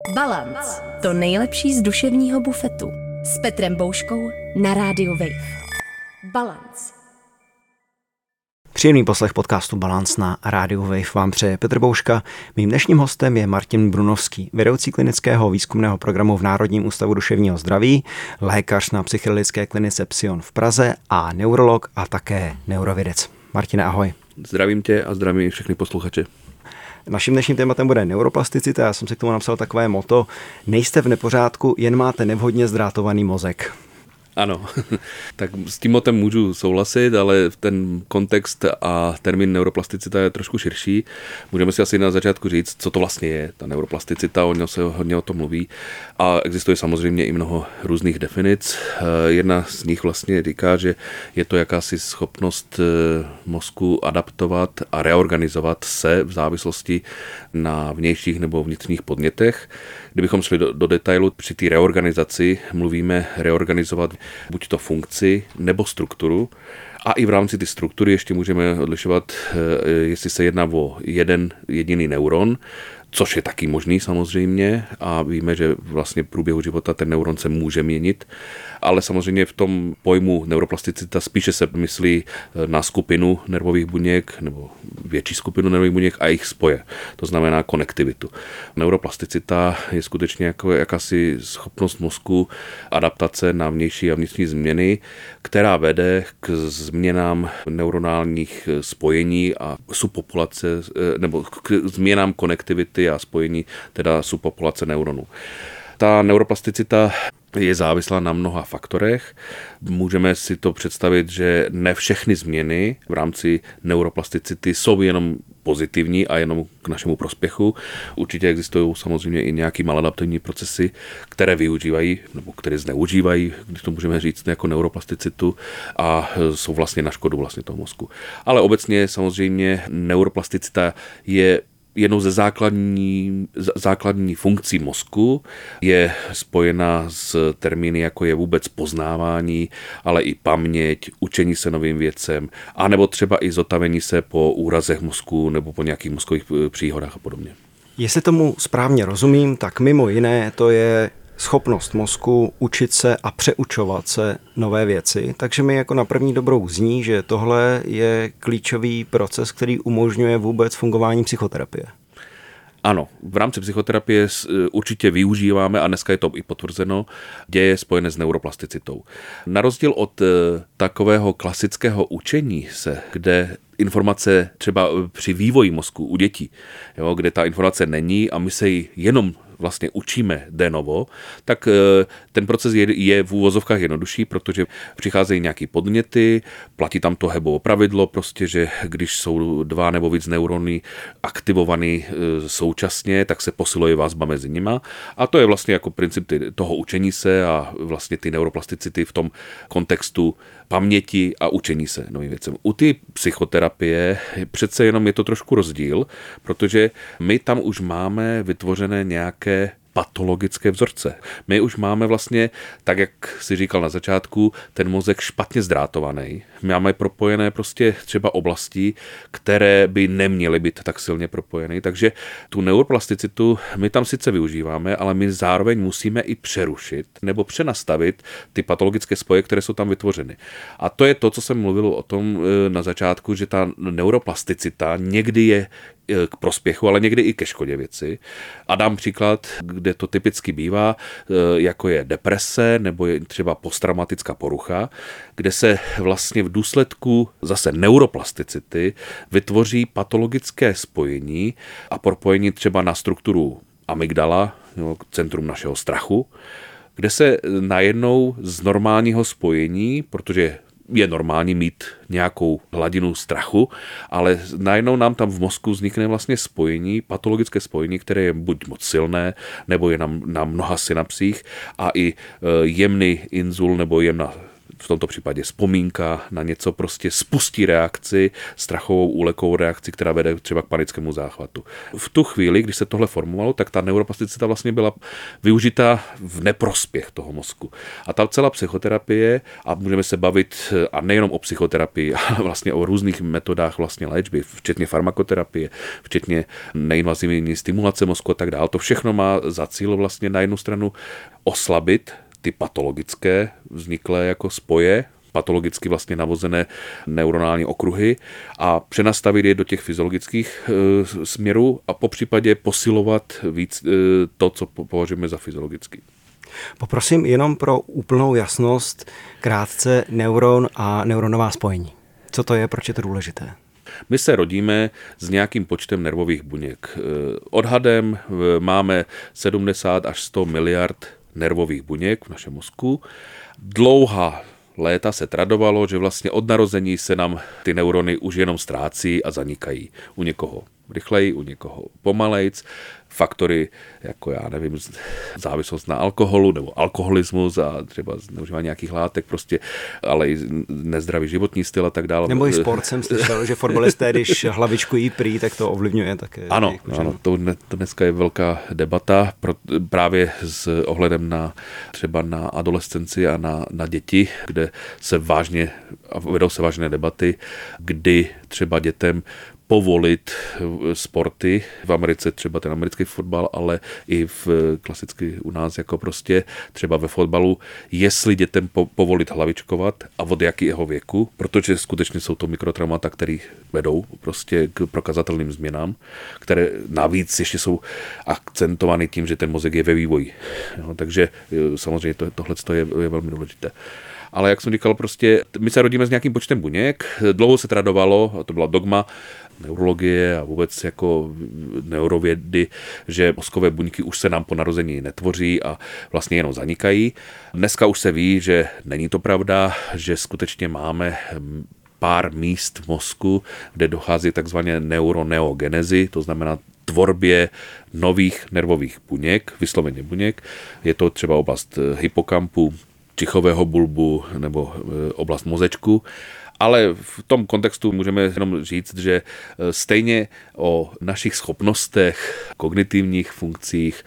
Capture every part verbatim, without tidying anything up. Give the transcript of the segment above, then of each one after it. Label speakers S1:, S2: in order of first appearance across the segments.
S1: Balance. To nejlepší z duševního bufetu. S Petrem Bouškou na rádiu Wave. Balance.
S2: Příjemný poslech podcastu Balance na rádiu Wave vám přeje Petr Bouška. Mým dnešním hostem je Martin Brunovský, vedoucí klinického výzkumného programu v Národním ústavu duševního zdraví, lékař na psychedelické klinice Psion v Praze a neurolog a také neurovědec. Martine, ahoj.
S3: Zdravím tě a zdravím všechny posluchače.
S2: Naším dnešním tématem bude neuroplasticita. Já jsem si k tomu napsal takové motto: nejste v nepořádku, jen máte nevhodně zdrátovaný mozek.
S3: Ano, tak s tím motem můžu souhlasit, ale ten kontext a termín neuroplasticita je trošku širší. Můžeme si asi na začátku říct, co to vlastně je, ta neuroplasticita, o něm se hodně o tom mluví. A existuje samozřejmě i mnoho různých definic. Jedna z nich vlastně říká, že je to jakási schopnost mozku adaptovat a reorganizovat se v závislosti na vnějších nebo vnitřních podnětech. Kdybychom šli do, do detailu, při té reorganizaci mluvíme reorganizovat buď to funkci nebo strukturu. A i v rámci ty struktury ještě můžeme odlišovat, jestli se jedná o jeden jediný neuron, což je taky možný samozřejmě a víme, že vlastně v průběhu života ten neuron se může měnit, ale samozřejmě v tom pojmu neuroplasticita spíše se myslí na skupinu nervových buněk nebo větší skupinu nervových buněk a jejich spoje, to znamená konektivitu. Neuroplasticita je skutečně jako jakási schopnost mozku adaptace na vnější a vnitřní změny, která vede k změnám neuronálních spojení a subpopulace, nebo k změnám konektivity a spojení teda subpopulace neuronů. Ta neuroplasticita je závislá na mnoha faktorech. Můžeme si to představit, že ne všechny změny v rámci neuroplasticity jsou jenom pozitivní a jenom k našemu prospěchu. Určitě existují samozřejmě i nějaký maladaptivní procesy, které využívají nebo které zneužívají, když to můžeme říct, jako neuroplasticitu a jsou vlastně na škodu vlastně toho mozku. Ale obecně samozřejmě neuroplasticita je jednou ze základní, základní funkcí mozku, je spojena s termíny, jako je vůbec poznávání, ale i paměť, učení se novým věcem, anebo třeba i zotavení se po úrazech mozku nebo po nějakých mozkových příhodách a podobně.
S2: Jestli tomu správně rozumím, tak mimo jiné to je schopnost mozku učit se a přeučovat se nové věci. Takže mi jako na první dobrou zní, že tohle je klíčový proces, který umožňuje vůbec fungování psychoterapie.
S3: Ano, v rámci psychoterapie určitě využíváme, a dneska je to i potvrzeno, děje spojené s neuroplasticitou. Na rozdíl od takového klasického učení se, kde informace třeba při vývoji mozku u dětí, jo, kde ta informace není a my se ji jenom vlastně učíme de novo, tak ten proces je, je v úvozovkách jednodušší, protože přicházejí nějaký podněty, platí tam to Hebovo pravidlo, prostě, že když jsou dva nebo víc neurony aktivovaný současně, tak se posiluje vazba mezi nima. A to je vlastně jako princip toho učení se a vlastně ty neuroplasticity v tom kontextu paměti a učení se novým věcem. U ty psychoterapie přece jenom je to trošku rozdíl, protože my tam už máme vytvořené nějaké patologické vzorce. My už máme vlastně, tak jak si říkal na začátku, ten mozek špatně zdrátovaný. My máme propojené prostě třeba oblasti, které by neměly být tak silně propojené. Takže tu neuroplasticitu my tam sice využíváme, ale my zároveň musíme i přerušit nebo přenastavit ty patologické spoje, které jsou tam vytvořeny. A to je to, co jsem mluvil o tom na začátku, že ta neuroplasticita někdy je k prospěchu, ale někdy i ke škodě věci. A dám příklad, kde to typicky bývá, jako je deprese nebo je třeba posttraumatická porucha, kde se vlastně v důsledku zase neuroplasticity vytvoří patologické spojení a propojení třeba na strukturu amygdala, jo, centrum našeho strachu, kde se najednou z normálního spojení, protože je normální mít nějakou hladinu strachu, ale najednou nám tam v mozku vznikne vlastně spojení, patologické spojení, které je buď moc silné, nebo je na, na mnoha synapsích a i jemný inzul nebo jemná v tomto případě vzpomínka na něco prostě spustí reakci, strachovou úlekovou reakci, která vede třeba k panickému záchvatu. V tu chvíli, když se tohle formovalo, tak ta neuroplasticita vlastně byla využita v neprospěch toho mozku. A ta celá psychoterapie, a můžeme se bavit a nejenom o psychoterapii, ale vlastně o různých metodách vlastně léčby, včetně farmakoterapie, včetně neinvazivní stimulace mozku a tak dále. To všechno má za cíl vlastně na jednu stranu oslabit ty patologické vzniklé jako spoje, patologicky vlastně navozené neuronální okruhy a přenastavit je do těch fyziologických e, směrů a popřípadě posilovat víc e, to, co považujeme za fyziologický.
S2: Poprosím jenom pro úplnou jasnost krátce neuron a neuronová spojení. Co to je, proč je to důležité?
S3: My se rodíme s nějakým počtem nervových buněk. Odhadem máme sedmdesát až sto miliard nervových buněk v našem mozku. Dlouhá léta se tradovalo, že vlastně od narození se nám ty neurony už jenom ztrácí a zanikají. U někoho rychleji, u někoho pomalejc. Faktory, jako já nevím, závislost na alkoholu nebo alkoholismus a třeba zneužívání nějakých látek, prostě, ale i nezdravý životní styl a tak dále.
S2: Nebo i sport jsem slyšel, že fotbalisté, když hlavičku jí prý, tak to ovlivňuje také.
S3: Ano, ano to, to dneska je velká debata pro, právě s ohledem na třeba na adolescenci a na, na děti, kde se vážně, vedou se vážné debaty, kdy třeba dětem povolit sporty, v Americe třeba ten americký fotbal, ale i v klasicky u nás jako prostě třeba ve fotbalu, jestli dětem po, povolit hlavičkovat a od jakého věku, protože skutečně jsou to mikrotraumata, které vedou prostě k prokazatelným změnám, které navíc ještě jsou akcentovány tím, že ten mozek je ve vývoji. Jo, takže samozřejmě to, tohle je, je velmi důležité. Ale jak jsem říkal, prostě my se rodíme s nějakým počtem buněk, dlouho se tradovalo, a to byla dogma neurologie a vůbec jako neurovědy, že mozkové buňky už se nám po narození netvoří a vlastně jenom zanikají. Dneska už se ví, že není to pravda, že skutečně máme pár míst v mozku, kde dochází takzvané neuroneogenezi, to znamená tvorbě nových nervových buněk, vysloveně buněk. Je to třeba oblast hypokampu, čichového bulbu nebo oblast mozečku. Ale v tom kontextu můžeme jenom říct, že stejně o našich schopnostech, kognitivních funkcích,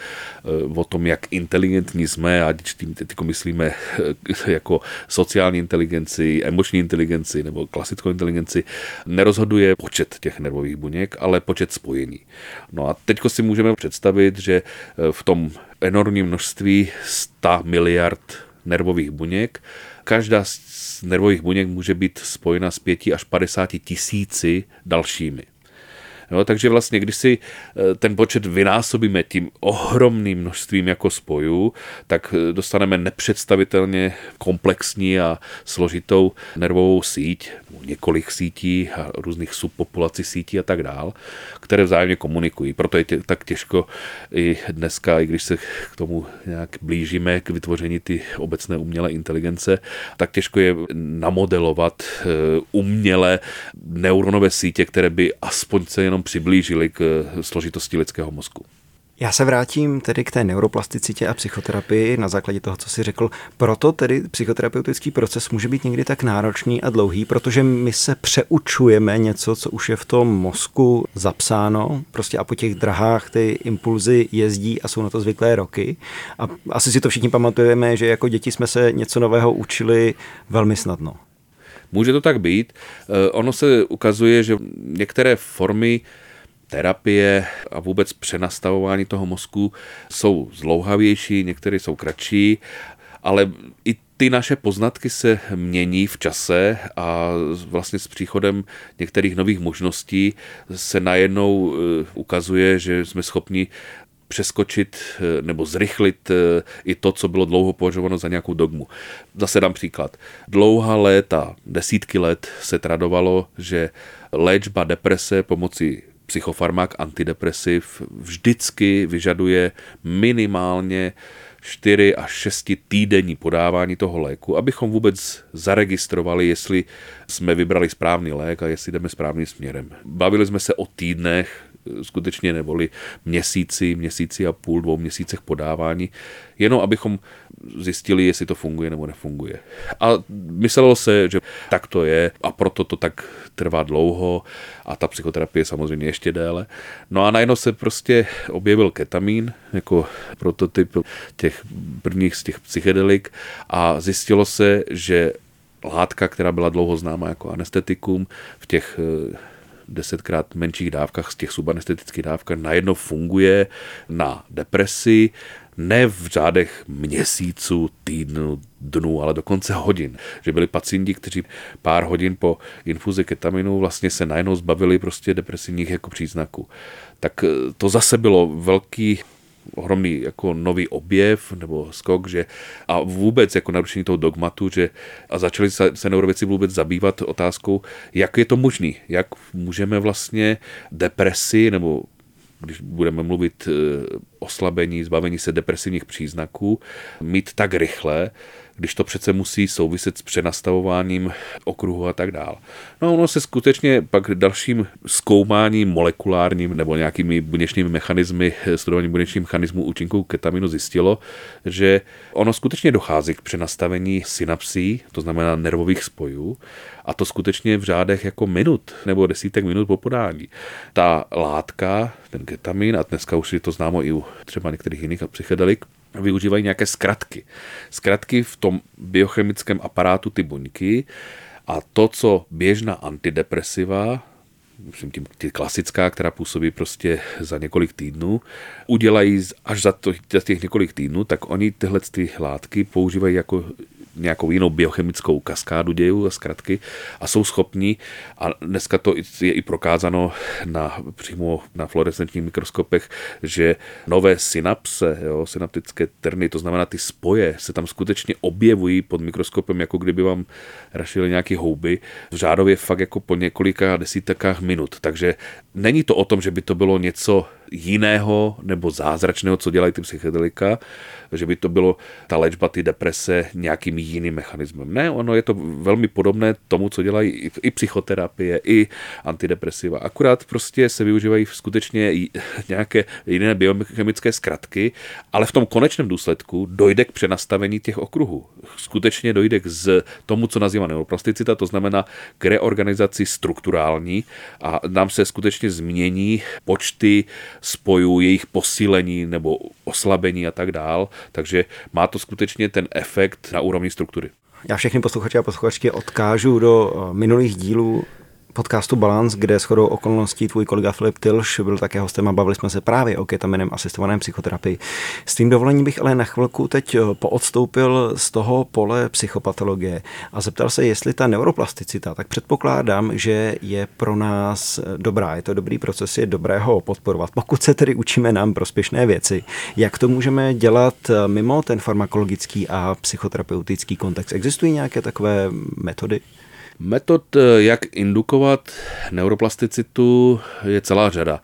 S3: o tom, jak inteligentní jsme, ať tím teď myslíme jako sociální inteligenci, emoční inteligenci nebo klasickou inteligenci, nerozhoduje počet těch nervových buněk, ale počet spojení. No a teď si můžeme představit, že v tom enormním množství sto miliard nervových buněk, každá z nervových buněk může být spojena s pěti až padesáti tisíci dalšími. Jo, takže vlastně, když si ten počet vynásobíme tím ohromným množstvím jako spojů, tak dostaneme nepředstavitelně komplexní a složitou nervovou síť, několik sítí a různých subpopulací sítí a tak dál, které vzájemně komunikují. Proto je tě, tak těžko i dneska, i když se k tomu nějak blížíme k vytvoření ty obecné umělé inteligence, tak těžko je namodelovat uměle neuronové sítě, které by aspoň se jenom přiblížili k složitosti lidského mozku.
S2: Já se vrátím tedy k té neuroplasticitě a psychoterapii na základě toho, co jsi řekl. Proto tedy psychoterapeutický proces může být někdy tak náročný a dlouhý, protože my se přeučujeme něco, co už je v tom mozku zapsáno, prostě a po těch drahách ty impulzy jezdí a jsou na to zvyklé roky. A asi si to všichni pamatujeme, že jako děti jsme se něco nového učili velmi snadno.
S3: Může to tak být. Ono se ukazuje, že některé formy terapie a vůbec přenastavování toho mozku jsou zdlouhavější, některé jsou kratší, ale i ty naše poznatky se mění v čase a vlastně s příchodem některých nových možností se najednou ukazuje, že jsme schopni přeskočit nebo zrychlit i to, co bylo dlouho považováno za nějakou dogmu. Zase dám příklad. Dlouhá léta, desítky let se tradovalo, že léčba deprese pomocí psychofarmak, antidepresiv vždycky vyžaduje minimálně čtyři až šest týdenní podávání toho léku, abychom vůbec zaregistrovali, jestli jsme vybrali správný lék a jestli jdeme správným směrem. Bavili jsme se o týdnech, skutečně neboli měsíci, měsíci a půl, dvou měsících podávání, jenom abychom zjistili, jestli to funguje nebo nefunguje. A myslelo se, že tak to je a proto to tak trvá dlouho a ta psychoterapie samozřejmě ještě déle. No a najednou se prostě objevil ketamin jako prototyp těch prvních z těch psychedelik a zjistilo se, že látka, která byla dlouho známá jako anestetikum, v těch desetkrát menších dávkách z těch subanestetických dávkách najednou funguje na depresi, ne v řádech měsíců, týdnů, dnů, ale dokonce hodin. Že byli pacienti, kteří pár hodin po infuzi ketaminu vlastně se najednou zbavili prostě depresivních jako příznaků. Tak to zase bylo velký ohromný jako nový objev nebo skok, že a vůbec jako narušení toho dogmatu, že a začali se, se neurovědci vůbec zabývat otázkou, jak je to možný, jak můžeme vlastně depresi nebo když budeme mluvit oslabení, zbavení se depresivních příznaků, mít tak rychle, když to přece musí souviset s přenastavováním okruhu a tak dál. No ono se skutečně pak dalším zkoumáním molekulárním nebo nějakými buněčnými mechanismy, studováním buněčných mechanismů účinku ketaminu zjistilo, že ono skutečně dochází k přenastavení synapsí, to znamená nervových spojů, a to skutečně v řádech jako minut nebo desítek minut po podání. Ta látka, ten ketamin, a dneska už je to známo i u třeba některých jiných psychedelik, využívají nějaké zkratky. Zkratky v tom biochemickém aparátu ty buňky a to, co běžná antidepresiva, myslím tím ty klasická, která působí prostě za několik týdnů, udělají až za, to, za těch několik týdnů, tak oni tyhle ty látky používají jako nějakou jinou biochemickou kaskádu dějů a zkratky a jsou schopní, a dneska to je i prokázáno na, přímo na fluorescenčních mikroskopech, že nové synapse, jo, synaptické trny, to znamená ty spoje, se tam skutečně objevují pod mikroskopem, jako kdyby vám rašily nějaké houby, v řádově fakt jako po několika desítkách minut. Takže není to o tom, že by to bylo něco jiného nebo zázračného, co dělají ty psychedelika, že by to bylo ta léčba, ty deprese nějakým jiným mechanismem. Ne, ono je to velmi podobné tomu, co dělají i, i psychoterapie, i antidepresiva. Akurát prostě se využívají skutečně nějaké jiné biochemické zkratky, ale v tom konečném důsledku dojde k přenastavení těch okruhů. Skutečně dojde k z tomu, co nazývá neuroplasticita, to znamená k reorganizaci strukturální a nám se skutečně změní počty spojů, jejich posílení nebo oslabení a tak dál. Takže má to skutečně ten efekt na úrovni struktury.
S2: Já všechny posluchače a posluchačky odkážu do minulých dílů podcastu Balance, kde shodou okolností tvůj kolega Filip Tilš byl také hostem a bavili jsme se právě o ketaminem asistovaném psychoterapii. S tím dovolením bych ale na chvilku teď poodstoupil z toho pole psychopatologie a zeptal se, jestli ta neuroplasticita, tak předpokládám, že je pro nás dobrá, je to dobrý proces, je dobré ho podporovat. Pokud se tedy učíme nám prospěšné věci, jak to můžeme dělat mimo ten farmakologický a psychoterapeutický kontext? Existují nějaké takové metody?
S3: Metod, jak indukovat neuroplasticitu, je celá řada.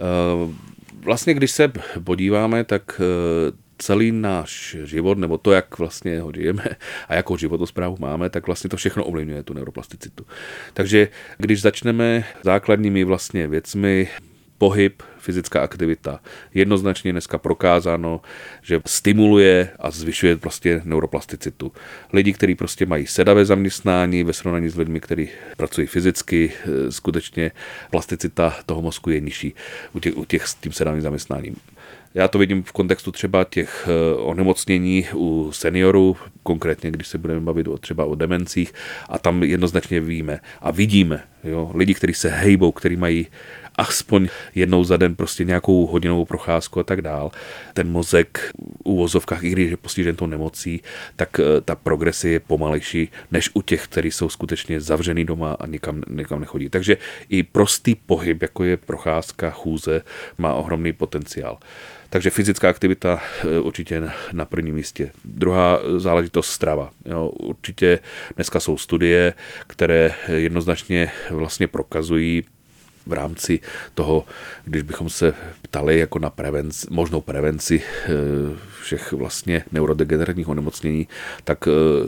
S3: Vlastně, když se podíváme, tak celý náš život, nebo to, jak vlastně ho žijeme a jakou životosprávu máme, tak vlastně to všechno ovlivňuje tu neuroplasticitu. Takže když začneme základními vlastně věcmi, pohyb, fyzická aktivita. Jednoznačně dneska prokázáno, že stimuluje a zvyšuje prostě neuroplasticitu. Lidi, kteří prostě mají sedavé zaměstnání ve srovnání s lidmi, kteří pracují fyzicky, skutečně plasticita toho mozku je nižší u těch, u těch s tím sedavým zaměstnáním. Já to vidím v kontextu třeba těch onemocnění u seniorů, konkrétně když se budeme bavit o, třeba o demencích, a tam jednoznačně víme a vidíme, jo, lidi, kteří se hejbou, kteří mají aspoň jednou za den prostě nějakou hodinovou procházku a tak dál. Ten mozek v uvozovkách, i když je postižen tou nemocí, tak ta progrese je pomalejší než u těch, kteří jsou skutečně zavřený doma a nikam, nikam nechodí. Takže i prostý pohyb, jako je procházka, chůze, má ohromný potenciál. Takže fyzická aktivita určitě na prvním místě. Druhá záležitost strava. Jo, určitě dneska jsou studie, které jednoznačně vlastně prokazují v rámci toho, když bychom se ptali jako na prevenci, možnou prevenci všech vlastně neurodegenerativních onemocnění, tak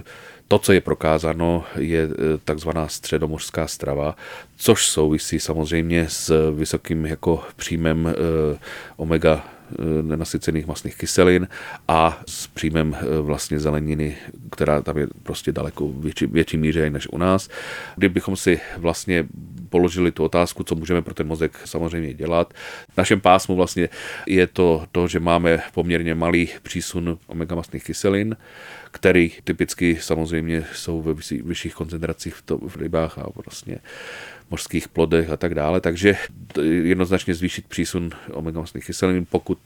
S3: To, co je prokázáno, je takzvaná středomořská strava, což souvisí samozřejmě s vysokým jako příjmem omega nenasycených mastných kyselin a s příjmem vlastně zeleniny, která tam je prostě daleko větší, větší míře než u nás. Kdybychom si vlastně položili tu otázku, co můžeme pro ten mozek samozřejmě dělat. V našem pásmu vlastně je to, to že máme poměrně malý přísun omega mastných kyselin, který typicky samozřejmě jsou ve vyšších koncentracích v, to, v rybách a vlastně mořských plodech a tak dále, takže jednoznačně zvýšit přísun omega mastných kyselin, pokud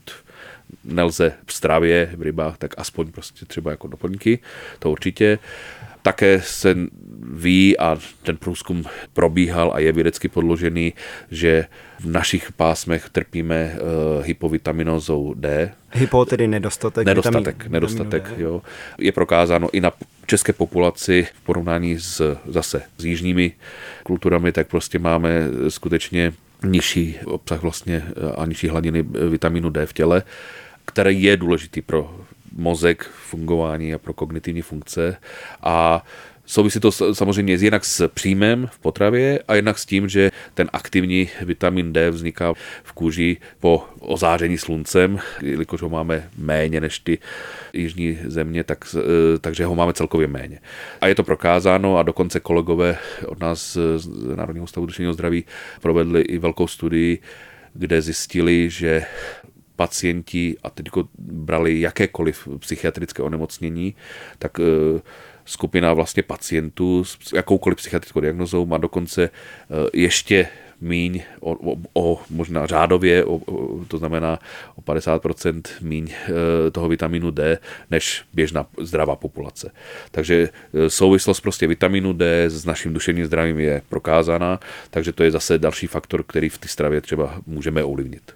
S3: nelze v stravě v rybách, tak aspoň prostě třeba jako doplňky, to určitě. Také se ví, a ten průzkum probíhal a je vědecky podložený, že v našich pásmech trpíme uh, hypovitaminózou D.
S2: Hypo, tedy nedostatek.
S3: Nedostatek,
S2: vitamin,
S3: nedostatek, jo. Je prokázáno i na české populaci v porovnání s, zase s jižními kulturami, tak prostě máme skutečně nižší obsah vlastně a nižší hladiny vitaminu D v těle, který je důležitý pro mozek, fungování a pro kognitivní funkce. A souvisí to samozřejmě jinak s příjmem v potravě a jednak s tím, že ten aktivní vitamin D vzniká v kůži po ozáření sluncem, jelikož ho máme méně než ty jižní země, tak, takže ho máme celkově méně. A je to prokázáno a dokonce kolegové od nás z Národního ústavu duševního zdraví provedli i velkou studii, kde zjistili, že pacienti, a teď brali jakékoliv psychiatrické onemocnění, tak skupina vlastně pacientů s jakoukoliv psychiatrickou diagnozou má dokonce ještě míň, o, o, o možná řádově, o, o, to znamená o padesát procent míň toho vitaminu D, než běžná zdravá populace. Takže souvislost prostě vitaminu D s naším duševním zdravím je prokázána, takže to je zase další faktor, který v té stravě třeba můžeme ovlivnit.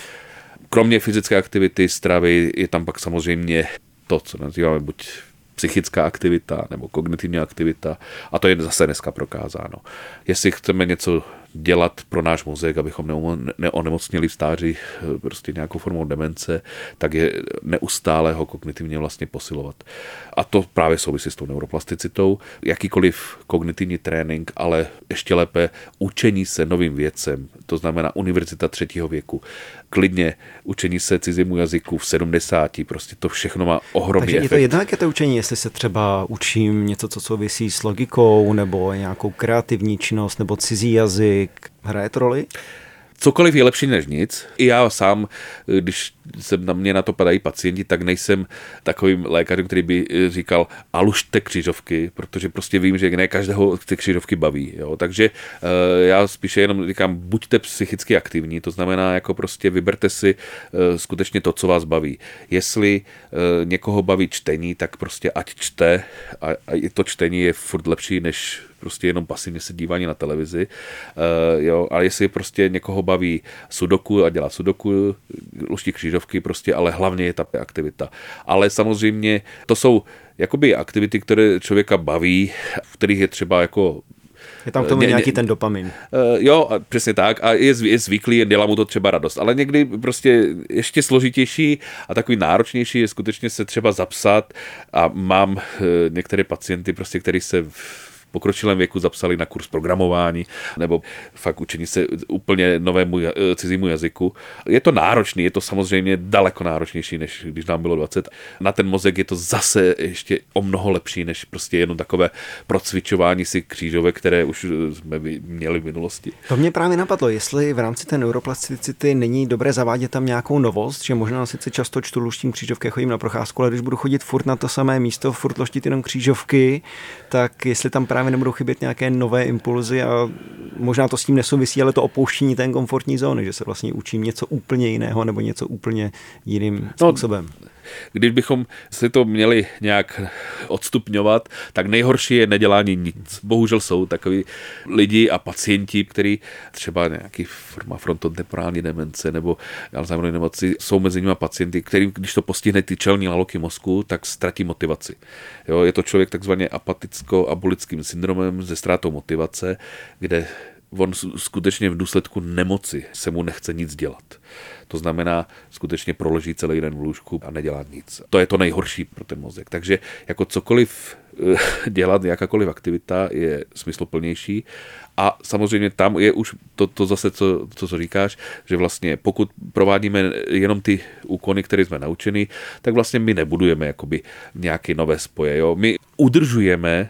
S3: Kromě fyzické aktivity, stravy, je tam pak samozřejmě to, co nazýváme buď psychická aktivita nebo kognitivní aktivita a to je zase dneska prokázáno. Jestli chceme něco dělat pro náš mozek, abychom neonemocnili v stáří prostě nějakou formou demence, tak je neustále ho kognitivně vlastně posilovat. A to právě souvisí s tou neuroplasticitou. Jakýkoliv kognitivní trénink, ale ještě lépe učení se novým věcem, to znamená univerzita třetího věku, klidně učení se cizímu jazyku v sedmdesáti, prostě to všechno má ohromný
S2: Takže
S3: efekt.
S2: je to jedno, jak je to učení, jestli se třeba učím něco, co souvisí s logikou, nebo nějakou kreativní činnost, nebo cizí jazyk, hraje to roli?
S3: Cokoliv je lepší než nic. I já sám, když se na mě na to padají pacienti, tak nejsem takovým lékařem, který by říkal a lužte křížovky, protože prostě vím, že ne každého ty křížovky baví. Jo. Takže uh, já spíše jenom říkám, buďte psychicky aktivní, to znamená, jako prostě vyberte si uh, skutečně to, co vás baví. Jestli uh, někoho baví čtení, tak prostě ať čte a, a i to čtení je furt lepší, než prostě jenom pasivně se dívání na televizi. Uh, jo, ale jestli prostě někoho baví sudoku a dělá sudoku, luští křížovky prostě, ale hlavně je ta aktivita. Ale samozřejmě to jsou jakoby aktivity, které člověka baví, v kterých je třeba jako
S2: je tam k tomu ně, nějaký ten dopamin. Uh,
S3: jo, a přesně tak. A je, je zvyklý, dělá mu to třeba radost. Ale někdy prostě ještě složitější a takový náročnější je skutečně se třeba zapsat a mám uh, některé pacienty, prostě, který se v pokročilém věku zapsali na kurz programování nebo fakt učení se úplně novému cizímu jazyku. Je to náročný, je to samozřejmě daleko náročnější, než když nám bylo dvacet. Na ten mozek je to zase ještě o mnoho lepší, než prostě jenom takové procvičování si křížovek, které už jsme měli v minulosti.
S2: To mě právě napadlo, jestli v rámci té neuroplasticity není dobré zavádět tam nějakou novost, že možná sice často čtu luštím křížovky, chodím na procházku, ale když budu chodit furt na to samé místo, furt loštit jenom křížovky, tak jestli tam právě nebudou chybět nějaké nové impulzy a možná to s tím nesouvisí, ale to opouštění té komfortní zóny, že se vlastně učím něco úplně jiného nebo něco úplně jiným způsobem. No,
S3: když bychom si to měli nějak odstupňovat, tak nejhorší je nedělání nic. Bohužel jsou takový lidi a pacienti, kteří třeba nějaký forma frontotemporální demence nebo Alzheimerovy nemoci, jsou mezi nimi pacienty, který, když to postihne ty čelní laloky mozku, tak ztratí motivaci. Jo, je to člověk takzvaně apaticko-abulickým syndromem se ztrátou motivace, kde on skutečně v důsledku nemoci se mu nechce nic dělat. To znamená, skutečně proleží celý den v lůžku a nedělá nic. To je to nejhorší pro ten mozek. Takže jako cokoliv dělat, jakákoliv aktivita je smysluplnější. A samozřejmě tam je už to, to zase, co, co, co říkáš, že vlastně pokud provádíme jenom ty úkony, které jsme naučeni, tak vlastně my nebudujeme jakoby nějaké nové spoje. Jo? My udržujeme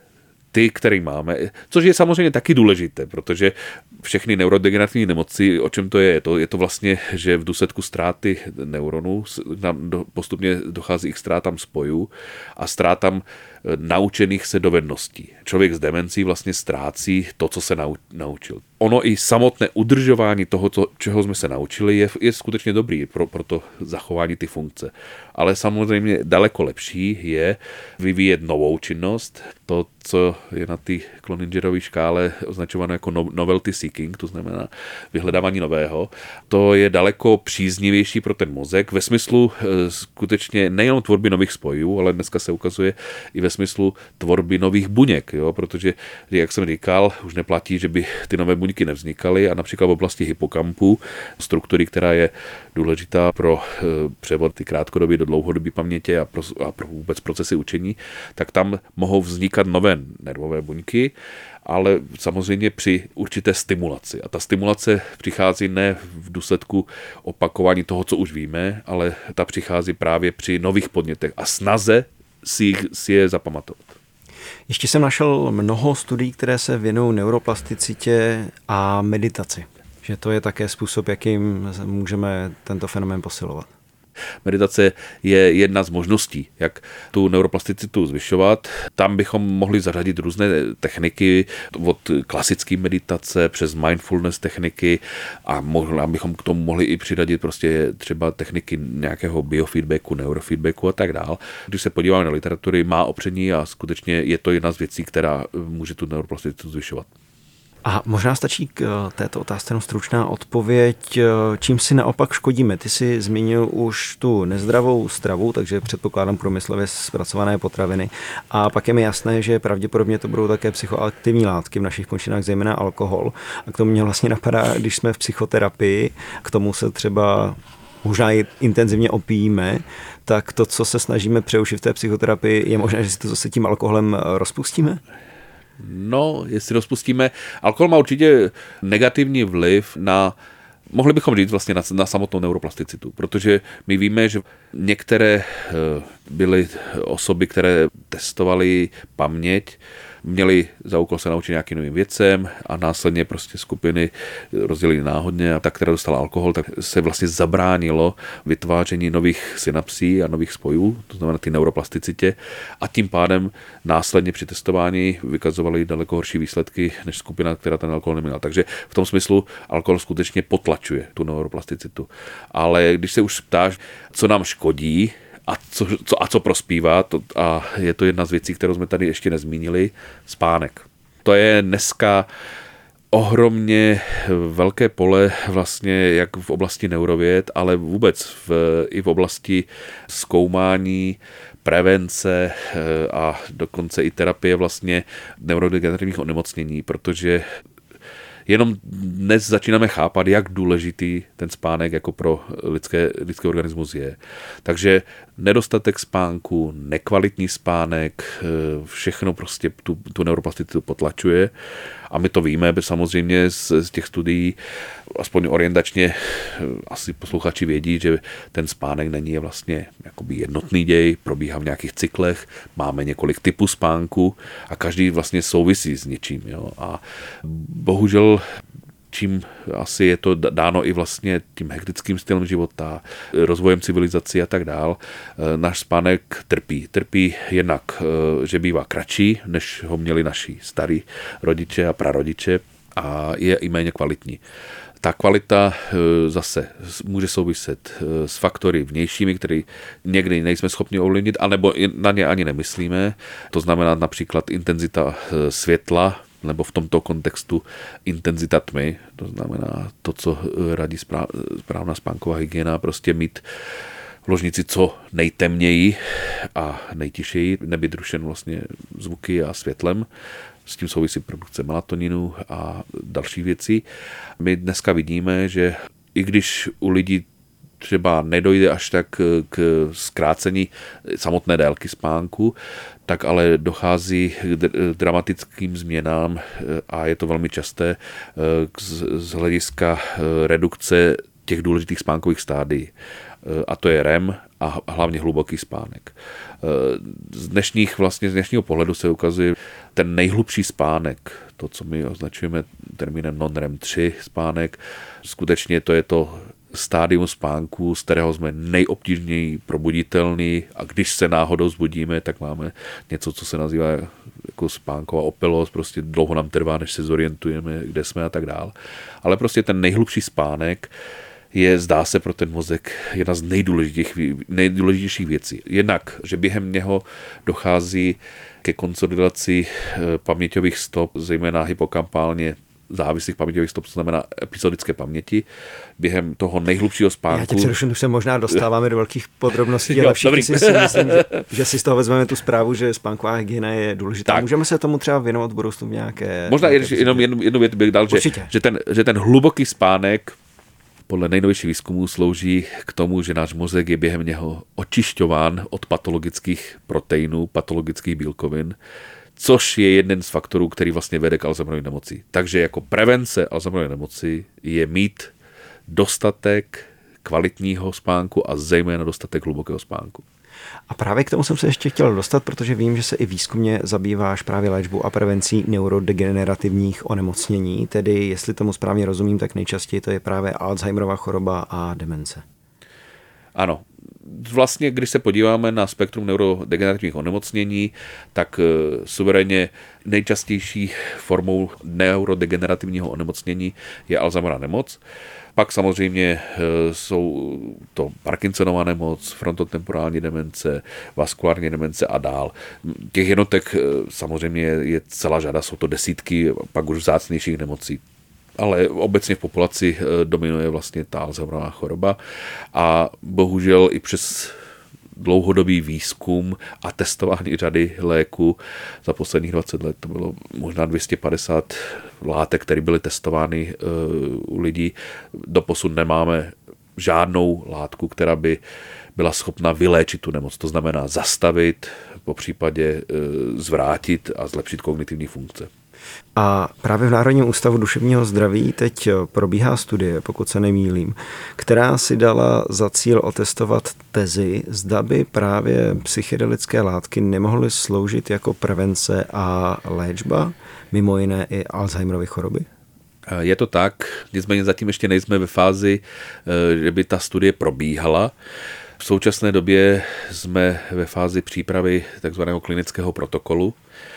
S3: ty, který máme, což je samozřejmě taky důležité, protože všechny neurodegenerativní nemoci, o čem to je? Je to, je to vlastně, že v důsledku ztráty neuronů nám do, postupně dochází i k ztrátám spojů a ztrátám naučených se dovedností. Člověk s demencí vlastně ztrácí to, co se nau, naučil. Ono i samotné udržování toho, co, čeho jsme se naučili, je, je skutečně dobrý pro, pro to zachování ty funkce. Ale samozřejmě daleko lepší je vyvíjet novou činnost, to, co je na té Cloningerové škále označováno jako novelty seeking, to znamená vyhledávání nového. To je daleko příznivější pro ten mozek ve smyslu e, skutečně nejenom tvorby nových spojů, ale dneska se ukazuje i ve smyslu tvorby nových buněk, jo? Protože, jak jsem říkal, už neplatí, že by ty nové buňky nevznikaly a například v oblasti hypokampu, struktury, která je důležitá pro e, převod ty krátkodobí do dlouhodobé paměti a pro, a pro vůbec procesy učení, tak tam mohou vznikat nové nervové buňky, ale samozřejmě při určité stimulaci. A ta stimulace přichází ne v důsledku opakování toho, co už víme, ale ta přichází právě při nových podnětech a snaze si, si je zapamatovat.
S2: Ještě jsem našel mnoho studií, které se věnují neuroplasticitě a meditaci. Že to je také způsob, jakým můžeme tento fenomén posilovat.
S3: Meditace je jedna z možností, jak tu neuroplasticitu zvyšovat. Tam bychom mohli zařadit různé techniky od klasické meditace přes mindfulness techniky a možná bychom k tomu mohli i přiradit prostě třeba techniky nějakého biofeedbacku, neurofeedbacku a tak dál. Když se podíváme na literatury, má opření a skutečně je to jedna z věcí, která může tu neuroplasticitu zvyšovat.
S2: A možná stačí k této otázce jenom stručná odpověď. Čím si naopak škodíme? Ty jsi zmínil už tu nezdravou stravu, takže předpokládám průmyslově zpracované potraviny. A pak je mi jasné, že pravděpodobně to budou také psychoaktivní látky v našich končinách, zejména alkohol. A k tomu mě vlastně napadá, když jsme v psychoterapii, k tomu se třeba možná i intenzivně opijíme, tak to, co se snažíme přeušit v té psychoterapii, je možné, že si to zase tím alkoholem rozpustíme?
S3: No, jestli rozpustíme, alkohol má určitě negativní vliv na, mohli bychom říct vlastně na, na samotnou neuroplasticitu, protože my víme, že některé byly osoby, které testovaly paměť, měli za úkol se naučit nějakým novým věcem a následně prostě skupiny rozdělili náhodně a ta, která dostala alkohol, tak se vlastně zabránilo vytváření nových synapsí a nových spojů, to znamená ty neuroplasticitě a tím pádem následně při testování vykazovali daleko horší výsledky než skupina, která ten alkohol neměla. Takže v tom smyslu alkohol skutečně potlačuje tu neuroplasticitu. Ale když se už ptáš, co nám škodí, A co, co, a co prospívá, to, a je to jedna z věcí, kterou jsme tady ještě nezmínili, spánek. To je dneska ohromně velké pole vlastně jak v oblasti neurověd, ale vůbec v, i v oblasti zkoumání, prevence a dokonce i terapie vlastně neurodegenerativních onemocnění, protože jenom dnes začínáme chápat, jak důležitý ten spánek jako pro lidské, lidský organismus je. Takže nedostatek spánku, nekvalitní spánek, všechno prostě tu, tu neuroplasticitu potlačuje. A my to víme, samozřejmě z, z těch studií, aspoň orientačně asi posluchači vědí, že ten spánek není vlastně jakoby jednotný děj, probíhá v nějakých cyklech, máme několik typů spánku a každý vlastně souvisí s něčím. Jo. A bohužel čím asi je to dáno i vlastně tím hektickým stylem života, rozvojem civilizací a tak dál, náš spánek trpí. Trpí jednak, že bývá kratší, než ho měli naši starí rodiče a prarodiče a je i méně kvalitní. Ta kvalita zase může souviset s faktory vnějšími, které někdy nejsme schopni ovlivnit, anebo na ně ani nemyslíme. To znamená například intenzita světla, nebo v tomto kontextu intenzita tmy, to znamená to, co radí správná spánková hygiena, prostě mít v ložnici co nejtemněji, a nejtišeji, nebýt rušen vlastně zvuky a světlem. S tím souvisí produkce melatoninu a další věcí. My dneska vidíme, že i když u lidí třeba nedojde až tak k zkrácení samotné délky spánku, tak ale dochází k dramatickým změnám a je to velmi časté z hlediska redukce těch důležitých spánkových stádií. A to je R E M a hlavně hluboký spánek. Z dnešních, vlastně z dnešního pohledu se ukazuje ten nejhlubší spánek, to, co my označujeme termínem non-R E M tři spánek, skutečně to je to stádium spánku, z kterého jsme nejobtížněji probuditelný a když se náhodou zbudíme, tak máme něco, co se nazývá jako spánková opilost, prostě dlouho nám trvá, než se zorientujeme, kde jsme a tak dál. Ale prostě ten nejhlubší spánek je, zdá se, pro ten mozek jedna z nejdůležitějších, nejdůležitějších věcí. Jednak, že během něho dochází ke konsolidaci paměťových stop, zejména hypokampálně závislých paměťových stop, to znamená epizodické paměti, během toho nejhlubšího spánku.
S2: Já tě přeruším, už se možná dostáváme do velkých podrobností, ale všichni si, si myslím, že, že si z toho vezmeme tu zprávu, že spánková hygiena je důležitá. Tak. Můžeme se tomu třeba věnovat v budoucnu v nějaké...
S3: Možná nějaké jenom jednu, jednu větu bych dal, že, že, ten, že ten hluboký spánek podle nejnovějších výzkumů slouží k tomu, že náš mozek je během něho očišťován od patologických proteinů, patologických bílkovin, což je jeden z faktorů, který vlastně vede k Alzheimerově nemoci. Takže jako prevence Alzheimerové nemoci je mít dostatek kvalitního spánku a zejména dostatek hlubokého spánku.
S2: A právě k tomu jsem se ještě chtěl dostat, protože vím, že se i výzkumně zabýváš právě léčbou a prevencí neurodegenerativních onemocnění, tedy jestli tomu správně rozumím, tak nejčastěji to je právě Alzheimerova choroba a demence.
S3: Ano. Vlastně, když se podíváme na spektrum neurodegenerativních onemocnění, tak suverénně nejčastější formou neurodegenerativního onemocnění je Alzheimerova nemoc. Pak samozřejmě jsou to Parkinsonova nemoc, frontotemporální demence, vaskulární demence a dál. Těch jednotek samozřejmě je celá řada, jsou to desítky, pak už vzácnějších nemocí. Ale obecně v populaci dominuje vlastně ta Alzheimerova choroba a bohužel i přes dlouhodobý výzkum a testování řady léků za posledních dvacet let, to bylo možná dvě stě padesát látek, které byly testovány u lidí. Doposud nemáme žádnou látku, která by byla schopna vyléčit tu nemoc, to znamená zastavit, popřípadě zvrátit a zlepšit kognitivní funkce.
S2: A právě v Národním ústavu duševního zdraví teď probíhá studie, pokud se nemýlím, která si dala za cíl otestovat tezi, zda by právě psychedelické látky nemohly sloužit jako prevence a léčba, mimo jiné i Alzheimerovy choroby.
S3: Je to tak, nicméně zatím ještě nejsme ve fázi, že by ta studie probíhala. V současné době jsme ve fázi přípravy takzvaného klinického protokolu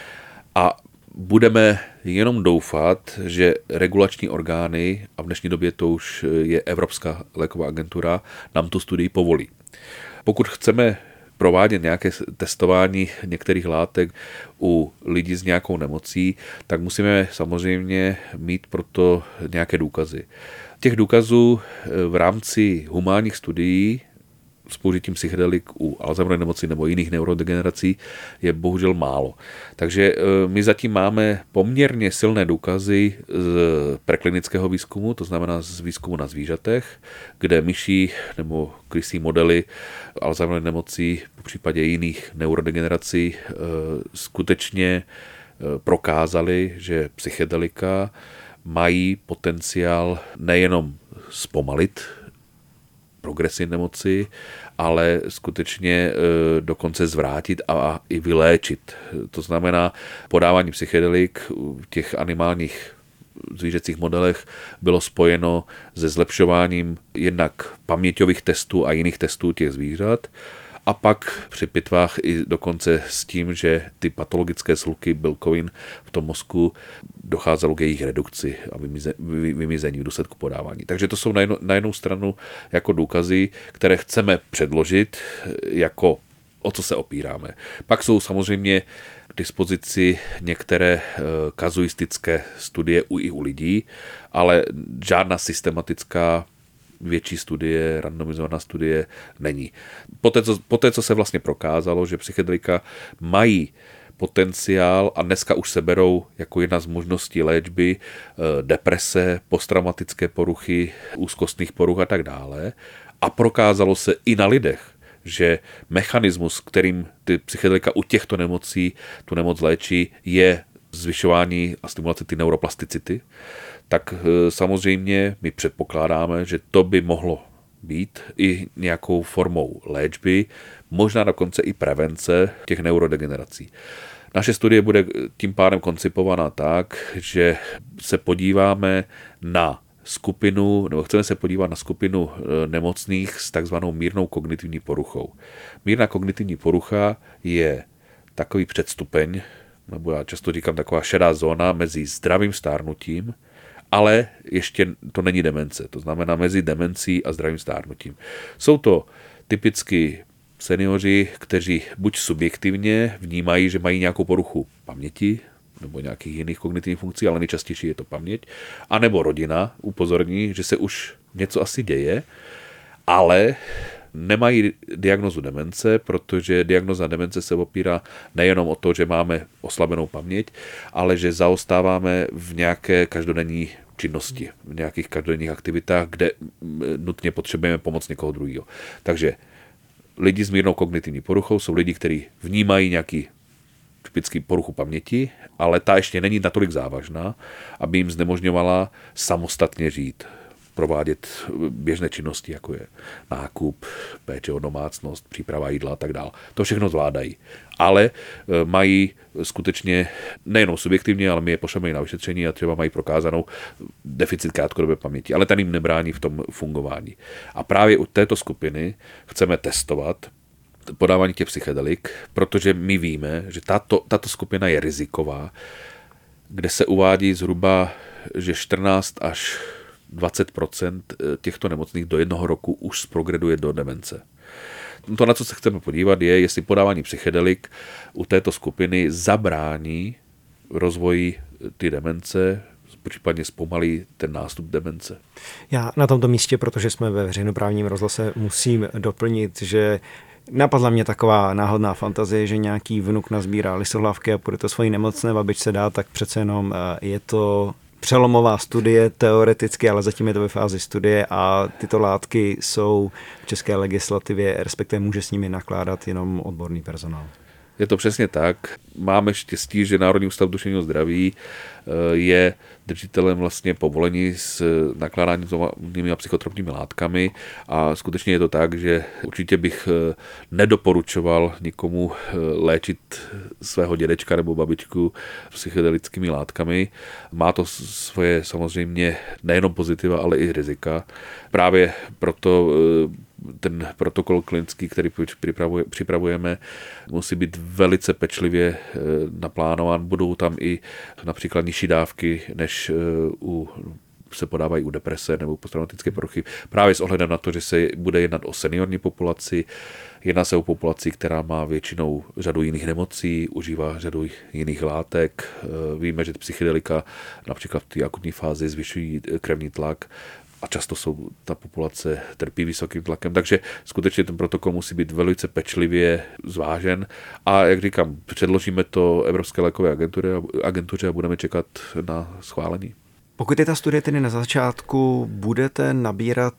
S3: a budeme jenom doufat, že regulační orgány, a v dnešní době to už je Evropská léková agentura, nám tu studii povolí. Pokud chceme provádět nějaké testování některých látek u lidí s nějakou nemocí, tak musíme samozřejmě mít proto nějaké důkazy. Těch důkazů v rámci humánních studií s použitím psychedelik u Alzheimerovy nemoci nebo jiných neurodegenerací je bohužel málo. Takže my zatím máme poměrně silné důkazy z preklinického výzkumu, to znamená z výzkumu na zvířatech, kde myší nebo krysí modely Alzheimerovy nemocí, v případě jiných neurodegenerací, skutečně prokázali, že psychedelika mají potenciál nejenom zpomalit progresi nemoci, ale skutečně e, dokonce zvrátit a i vyléčit. To znamená, podávání psychedelik v těch animálních zvířecích modelech bylo spojeno se zlepšováním jednak paměťových testů a jiných testů těch zvířat a pak při pitvách i dokonce s tím, že ty patologické sluky bílkovin v tom mozku docházelo k jejich redukci a vymizení v důsledku podávání. Takže to jsou na jednu, na jednu stranu jako důkazy, které chceme předložit, jako o co se opíráme. Pak jsou samozřejmě k dispozici některé kazuistické studie u, i u lidí, ale žádná systematická větší studie, randomizovaná studie není. Poté, co, poté, co se vlastně prokázalo, že psychedelika mají potenciál a dneska už se berou jako jedna z možností léčby deprese, posttraumatické poruchy, úzkostných poruch a tak dále. A prokázalo se i na lidech, že mechanismus, kterým ty psychedelika u těchto nemocí tu nemoc léčí, je zvyšování a stimulace ty neuroplasticity, tak samozřejmě my předpokládáme, že to by mohlo být i nějakou formou léčby, možná dokonce i prevence těch neurodegenerací. Naše studie bude tím pádem koncipovaná tak, že se podíváme na skupinu, nebo chceme se podívat na skupinu nemocných s takzvanou mírnou kognitivní poruchou. Mírná kognitivní porucha je takový předstupeň, nebo já často říkám taková šedá zóna mezi zdravým stárnutím, ale ještě to není demence, to znamená mezi demencí a zdravým stárnutím. Jsou to typicky seniori, kteří buď subjektivně vnímají, že mají nějakou poruchu paměti, nebo nějakých jiných kognitivních funkcí, ale nejčastější je to paměť, anebo rodina upozorní, že se už něco asi děje, ale nemají diagnózu demence, protože diagnóza demence se opírá nejenom o to, že máme oslabenou paměť, ale že zaostáváme v nějaké každodenní činnosti, v nějakých každodenních aktivitách, kde nutně potřebujeme pomoc někoho druhého. Takže lidi s mírnou kognitivní poruchou jsou lidi, kteří vnímají nějaký typický poruchu paměti, ale ta ještě není natolik závažná, aby jim znemožňovala samostatně žít, provádět běžné činnosti, jako je nákup, péče o domácnost, příprava jídla a tak dále. To všechno zvládají. Ale mají skutečně nejenom subjektivně, ale my je pošleme na vyšetření a třeba mají prokázanou deficit krátkodobé paměti, ale ten jim nebrání v tom fungování. A právě u této skupiny chceme testovat podávání těch psychedelik, protože my víme, že tato, tato skupina je riziková, kde se uvádí zhruba, že čtrnáct až dvacet procent těchto nemocných do jednoho roku už zprogreduje do demence. To, na co se chceme podívat, je, jestli podávání psychedelik u této skupiny zabrání rozvoji ty demence, případně zpomalí ten nástup demence.
S2: Já na tomto místě, protože jsme ve veřejnoprávním rozhlase, musím doplnit, že napadla mě taková náhodná fantazie, že nějaký vnuk nazbírá lisohlávky a půjde to svojí nemocné babičce dát, tak přece jenom je to přelomová studie teoreticky, ale zatím je to ve fázi studie a tyto látky jsou v české legislativě, respektive může s nimi nakládat jenom odborný personál.
S3: Je to přesně tak. Máme štěstí, že Národní ústav duševního zdraví je držitelem vlastně povolení s nakládáním s a psychotropními látkami a skutečně je to tak, že určitě bych nedoporučoval nikomu léčit svého dědečka nebo babičku psychedelickými látkami. Má to svoje samozřejmě nejenom pozitiva, ale i rizika. Právě proto ten protokol klinický, který připravujeme, musí být velice pečlivě naplánován. Budou tam i například nižší dávky, než u, se podávají u deprese nebo posttraumatické poruchy. Právě s ohledem na to, že se bude jednat o seniorní populaci, jedná se o populaci, která má většinou řadu jiných nemocí, užívá řadu jiných látek. Víme, že psychedelika například v té akutní fázi zvyšují krevní tlak, a často jsou ta populace trpí vysokým tlakem, takže skutečně ten protokol musí být velice pečlivě zvážen a jak říkám, předložíme to Evropské lékové agentuře, agentuře a budeme čekat na schválení.
S2: Pokud je ta studie tedy na začátku, budete nabírat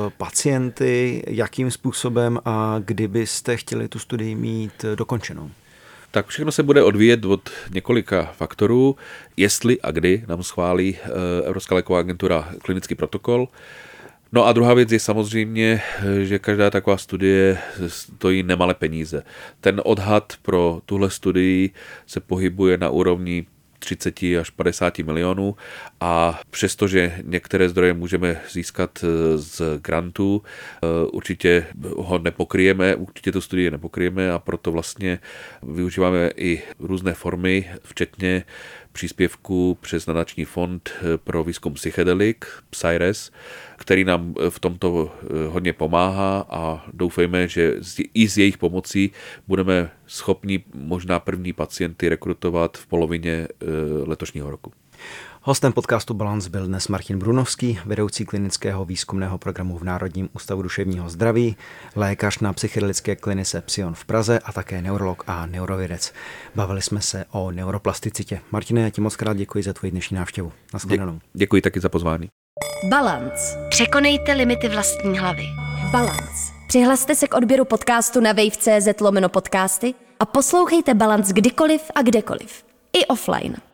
S2: pacienty, jakým způsobem a kdybyste chtěli tu studii mít dokončenou?
S3: Tak všechno se bude odvíjet od několika faktorů, jestli a kdy nám schválí Evropská léková agentura klinický protokol. No a druhá věc je samozřejmě, že každá taková studie stojí nemalé peníze. Ten odhad pro tuhle studii se pohybuje na úrovni třicet až padesát milionů a přestože některé zdroje můžeme získat z grantů, určitě ho nepokryjeme, určitě tu studii nepokryjeme a proto vlastně využíváme i různé formy, včetně příspěvku přes nadační fond pro výzkum psychedelik, PsyRes, který nám v tomto hodně pomáhá a doufejme, že i s jejich pomocí budeme schopni možná první pacienty rekrutovat v polovině letošního roku.
S2: Hostem podcastu Balance byl dnes Martin Brunovský, vedoucí klinického výzkumného programu v Národním ústavu duševního zdraví, lékař na psychedelické klinice Psion v Praze a také neurolog a neurovědec. Bavili jsme se o neuroplasticitě. Martine, já ti moc krát děkuji za tvoji dnešní návštěvu. Naschledanou.
S3: Dě- děkuji taky za pozvání.
S1: Balance. Překonejte limity vlastní hlavy. Balance. Přihlaste se k odběru podcastu na wave tečka cz lomeno podcasty a poslouchejte Balance kdykoliv a kdekoliv. I offline.